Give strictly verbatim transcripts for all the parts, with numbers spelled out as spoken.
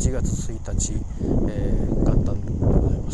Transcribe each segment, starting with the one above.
ちがつついたち、えー、元旦でございます。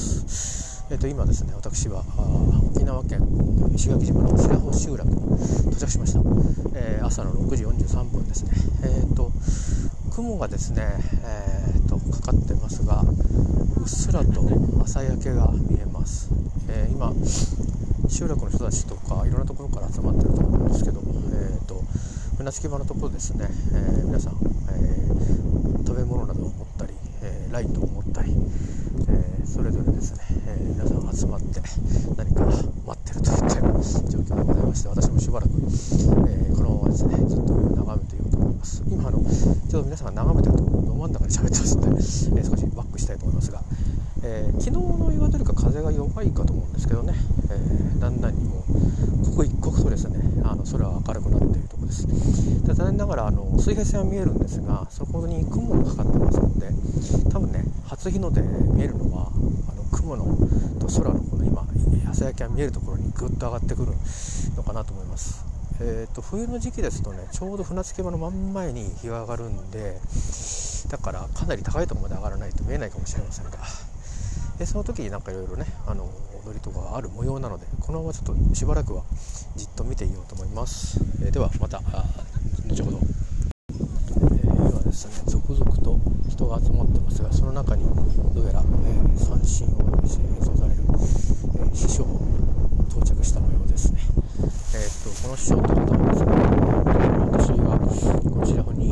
えー、と今ですね、私は沖縄県石垣島の白穂集落に到着しました。えー、朝のろくじよんじゅうさんぷんですね。えー、と雲がですね、えー、とかかってますが、うっすらと朝焼けが見えます。えー、今集落の人たちとかいろんなところから集まっていると思うんですけど、えー、と船着き場のところですね、えー、皆さん、えー、食べ物などを持ったり、えー、ライトを持ったり、えー、それぞれですね、えー、皆さん集まって何か待ってるといったような状況でございまして、私もしばらく、えー、このままですねずっと上を眺めていようと思います。今あのちょうど皆さんが眺めてるとど真ん中で喋ってますので、えー、少しバックしたいと思いますが、えー、昨日の夕方よりか風が弱いかと思うんですけどね、えー、だんだんにもう刻一刻とですね、あの空は明るくなっているところです。で残念ながらあの水平線は見えるんですが、そこに雲がかかってますので、多分ね初日の出見えるのはあの雲のと空のこの今朝焼けが見えるところにぐっと上がってくるのかなと思います。えー、と冬の時期ですとね、ちょうど船着き場の真ん前に日が上がるんで、だからかなり高いところまで上がらないと見えないかもしれませんが、でその時になんかいろいろねあの踊りとかがある模様なので、このままちょっとしばらくはじっと見ていようと思います。えー、ではまた後ほど。えー、今ですね続々と人が集まってますが、その中にどうやら、えー、三線を演奏される、えー、師匠到着した模様ですね。えー、とこの師匠という方はですね、私がこちらに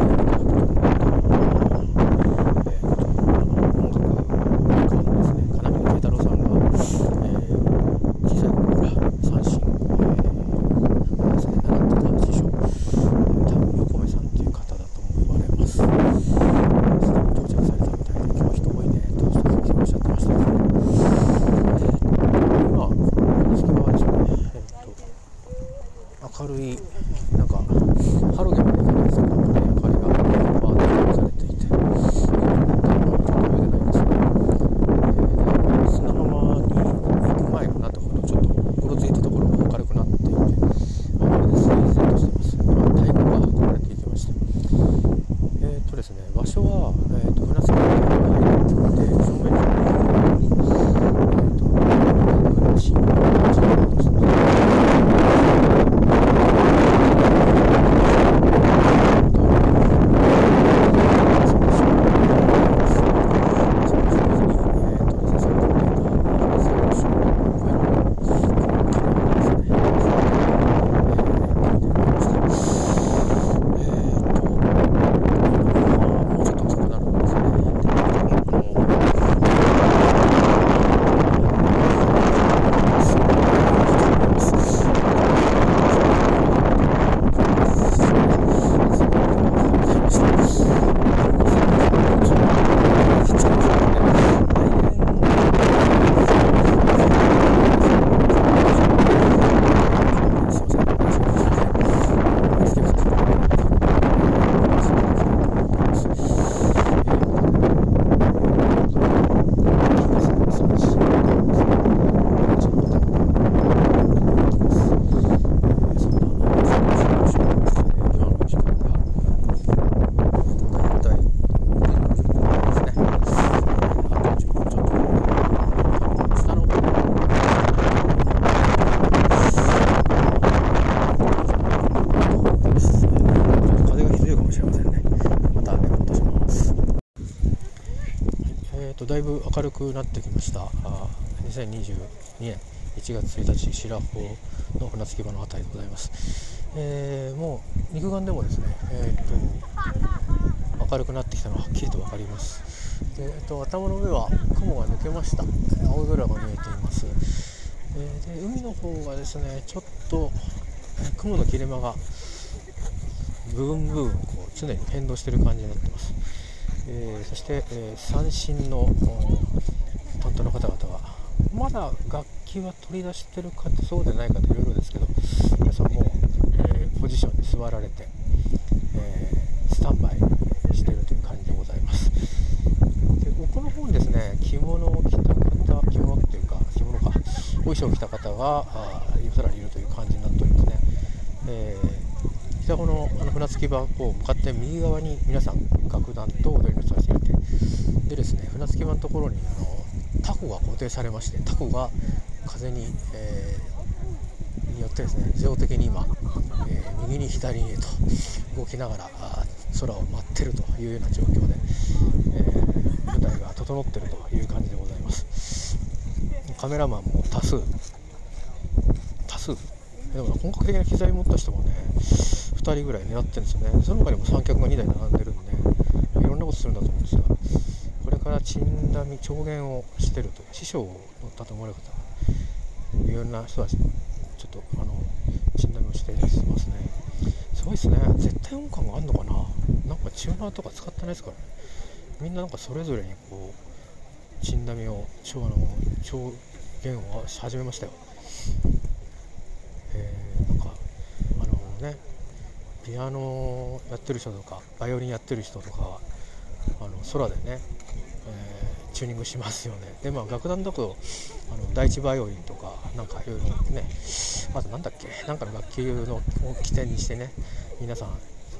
明るいなんかハロゲンまでいかないですけど、明るい明かりがバーッとされていて、ちょっと見えてないんですが、えー、砂浜に行く前のなんとほどちょっとうろついたところが明るくなっていて、まるで水然としています。今太鼓が運ばれていきました。えー、っとですね場所は、えー、っと船着き場に入っていて、正面にえー、っと新聞が走ろうとしてます。だいぶ明るくなってきました。にせんにじゅうにねんいちがつついたち白穂の船着き場のあたりでございます。えー、もう肉眼でもですね、えー、と明るくなってきたのがはっきりと分かります。で、えー、と頭の上は雲が抜けました。青空が見えています。えー、で海の方がですねちょっと雲の切れ間が部分部分こう常に変動している感じになっています。えー、そして、えー、三線の担当の方々はまだ楽器は取り出してるかそうでないかといろいろですけど、皆さんもう、えー、ポジションに座られて、えー、スタンバイしているという感じでございます。で奥の方にですね着物を着た方、着物っていうか着物か衣装を着た方がさらにいるという感じになっておりますね。えー、北方の、あの船着き場を向かって右側に皆さん楽団と踊りの人たちがいて、 でですね、船着き場のところにあのタコが固定されまして、タコが風に、えー、によってですね、自動的に今、えー、右に左にと動きながら空を待っているというような状況で、えー、舞台が整っているという感じでございます。カメラマンも多数多数でも本格的な機材持った人もねふたりぐらい狙ってるんですよね。その他にも三脚がにだい並んでるんで、いろんなことするんだと思うんですが、これからチンダミ調弦をしてるという師匠だと思われる方、いろんな人たちちょっとあのチンダミをしてますね。すごいですね。絶対音感があるのかな。なんかチューナーとか使ってないですからね。みんななんかそれぞれにこうチンダミを調あの調弦をし始めましたよ。えー、なんかあのねピアノやってる人とかバイオリンやってる人とかはあの空でね、えー、チューニングしますよね。でまあ楽団だとあの第一バイオリンとかなんかいろいろね、あとなんだっけなんかの楽器のを起点にしてね皆さん、うん、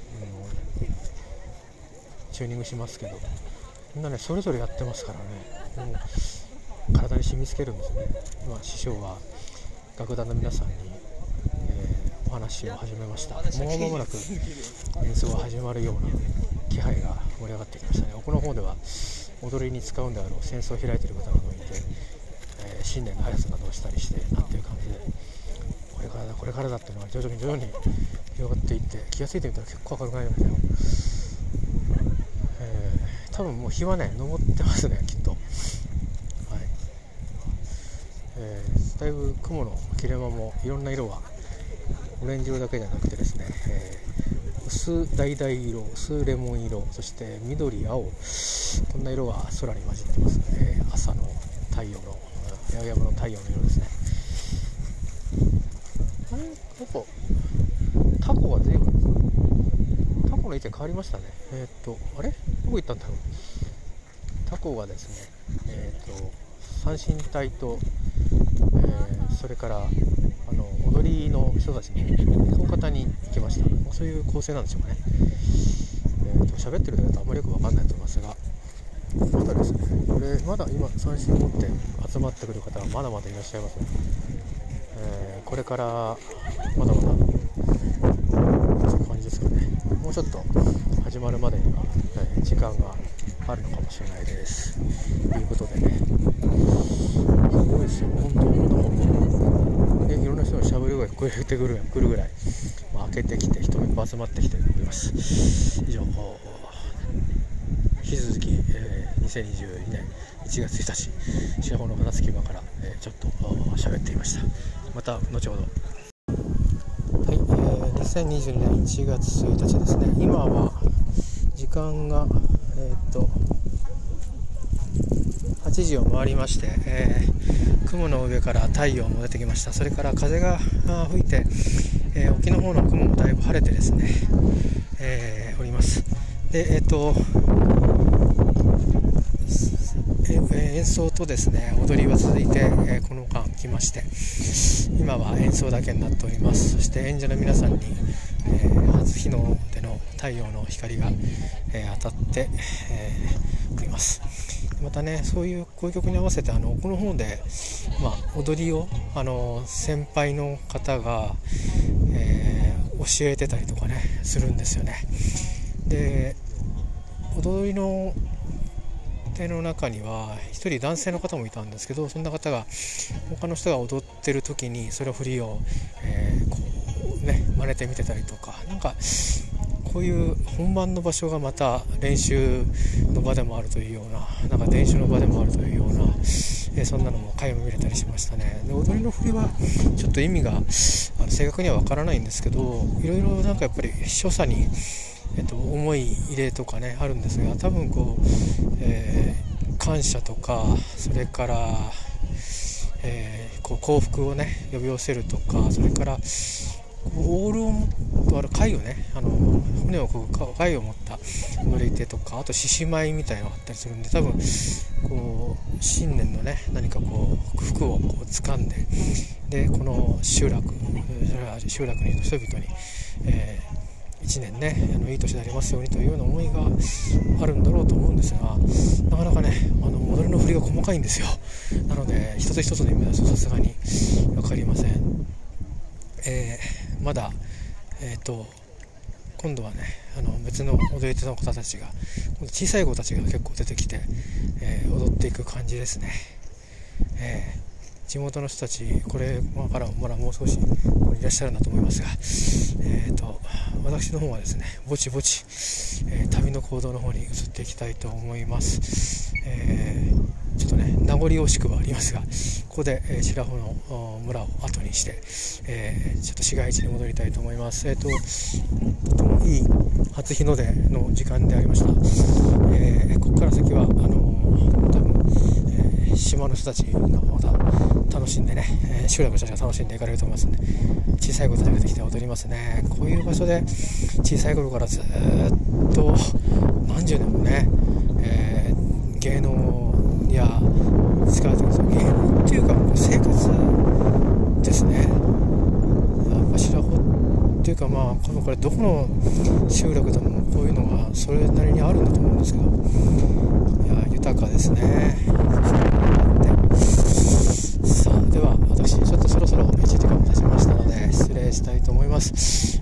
チューニングしますけど、みんなねそれぞれやってますからね、もう体に染みつけるんですね。今師匠は楽団の皆さんに、えー、お話を始めました。もう間もなく演奏が始まるような気配が盛り上がってきましたね。奥の方では踊りに使うんであろう扇子を開いている方などもいて、えー、新年の挨拶などをしたりしてなんていう感じで、これからだこれからだっていうのが徐々に徐々に広がっていって、気がついてみたら結構明るくなりましたよ。えー、多分もう日はね昇ってますねきっと。はい、えー、だいぶ雲の切れ間もいろんな色がオレンジ色だけじゃなくてですね、えー、薄橙色、薄レモン色、そして緑、青、こんな色が空に混じってますので、えー、朝の太陽の八重山の太陽の色ですね。あれやっぱタコが随分タコの意見変わりましたね。えー、っとあれどこ行ったんだろう。タコがですね、えー、っと三線隊と、えー、それからあの踊りの人たちに大方に行きました。そういう構成なんでしょうかね。えー、と喋ってるだけだとあまりよく分かんないと思いますが、まだですね、これまだ今三振持って集まってくる方はまだまだいらっしゃいますね。えー、これからまだまだそういう感じですかね。もうちょっと始まるまでには、えー、時間があるのかもしれないです。ということでね、すごいですよ本当に。でいろんな人のしゃべり声が聞こえてくるくるぐらい、まあ、開けてきて人も集まってきております。以上引き続き、えー、にせんにじゅうにねんいちがつついたち白穂の船着き場から、えー、ちょっと喋っていました。また後ほど。はい、えー、にせんにじゅうにねんいちがつついたちですね。今は時間がえー、っとはちじを回りまして、えー、雲の上から太陽も出てきました。それから風が吹いて、えー、沖の方の雲もだいぶ晴れてですね、えー、おります。で、えー、っと演奏とですね踊りは続いて、えー、この間来まして、今は演奏だけになっております。そして演者の皆さんに、えー、初日の出の太陽の光が、えー、当たって、えー、おります。またねそういうこういう曲に合わせてあのこの方で、まあ、踊りをあの先輩の方が、えー、教えてたりとかねするんですよね。で踊りの手の中には一人男性の方もいたんですけど、そんな方が他の人が踊ってる時にそれを振りを、えーこうね、真似てみてたりとか、なんかこういう本番の場所がまた練習の場でもあるというような、なんか練習の場でもあるというような、えー、そんなのも垣間見れたりしましたね。で踊りの振りはちょっと意味があの正確にはわからないんですけど、いろいろなんかやっぱり所作にえっと、思い入れとかねあるんですが、多分こう、えー、感謝とかそれから、えー、こう幸福をね呼び寄せるとか、それからこうオールを持ったある貝をねあの船をこう貝を持った乗り手とか、あと獅子舞みたいなのがあったりするんで、多分こう新年のね何かこう服をこう掴んで、でこの集落集落にいる人々に、えーいちねんねあのいい年でありますようにというような思いがあるんだろうと思うんですが、なかなかねあの踊りの振りが細かいんですよ。なので一つ一つの意味はさすがに分かりません。えー、まだえっ、ー、と今度はねあの別の踊り手の方たちが小さい子たちが結構出てきて、えー、踊っていく感じですね。えー地元の人たちこれからまだもう少しここにいらっしゃるんだと思いますが、えー、と私の方はですねぼちぼち、えー、旅の行動の方に移っていきたいと思います。えー、ちょっとね名残惜しくはありますが、ここで、えー、白穂の村を後にして、えー、ちょっと市街地に戻りたいと思います。えー、ととてもいい初日の出の時間でありました。えー、ここから先はあのー、多分、えー、島の人たちがまた楽しんでね、えー、集落の人たちが楽しんでいかれると思いますので、小さい子たちが出てきて踊りますね。こういう場所で小さい頃からずっと何十年もね、えー、芸能や使われてるんですよ。芸能っていうか生活ですね。やっぱ白穂っていうかまあこのこれどこの集落でもこういうのがそれなりにあるんだと思うんですけど、いや豊かですね。さあでは私ちょっとそろそろいちじかん経ちましたので失礼したいと思います。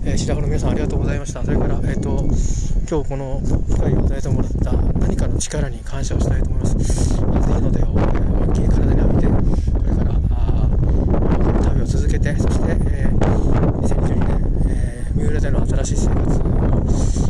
えー、白穂の皆さんありがとうございました。それから、えー、と今日この機会を与えてもらった何かの力に感謝をしたいと思います。初日の出を、えー、思いっきり体に浴びて、これからあ旅を続けて、そして、えー、にせんにじゅうにねん、えー、三浦での新しい生活を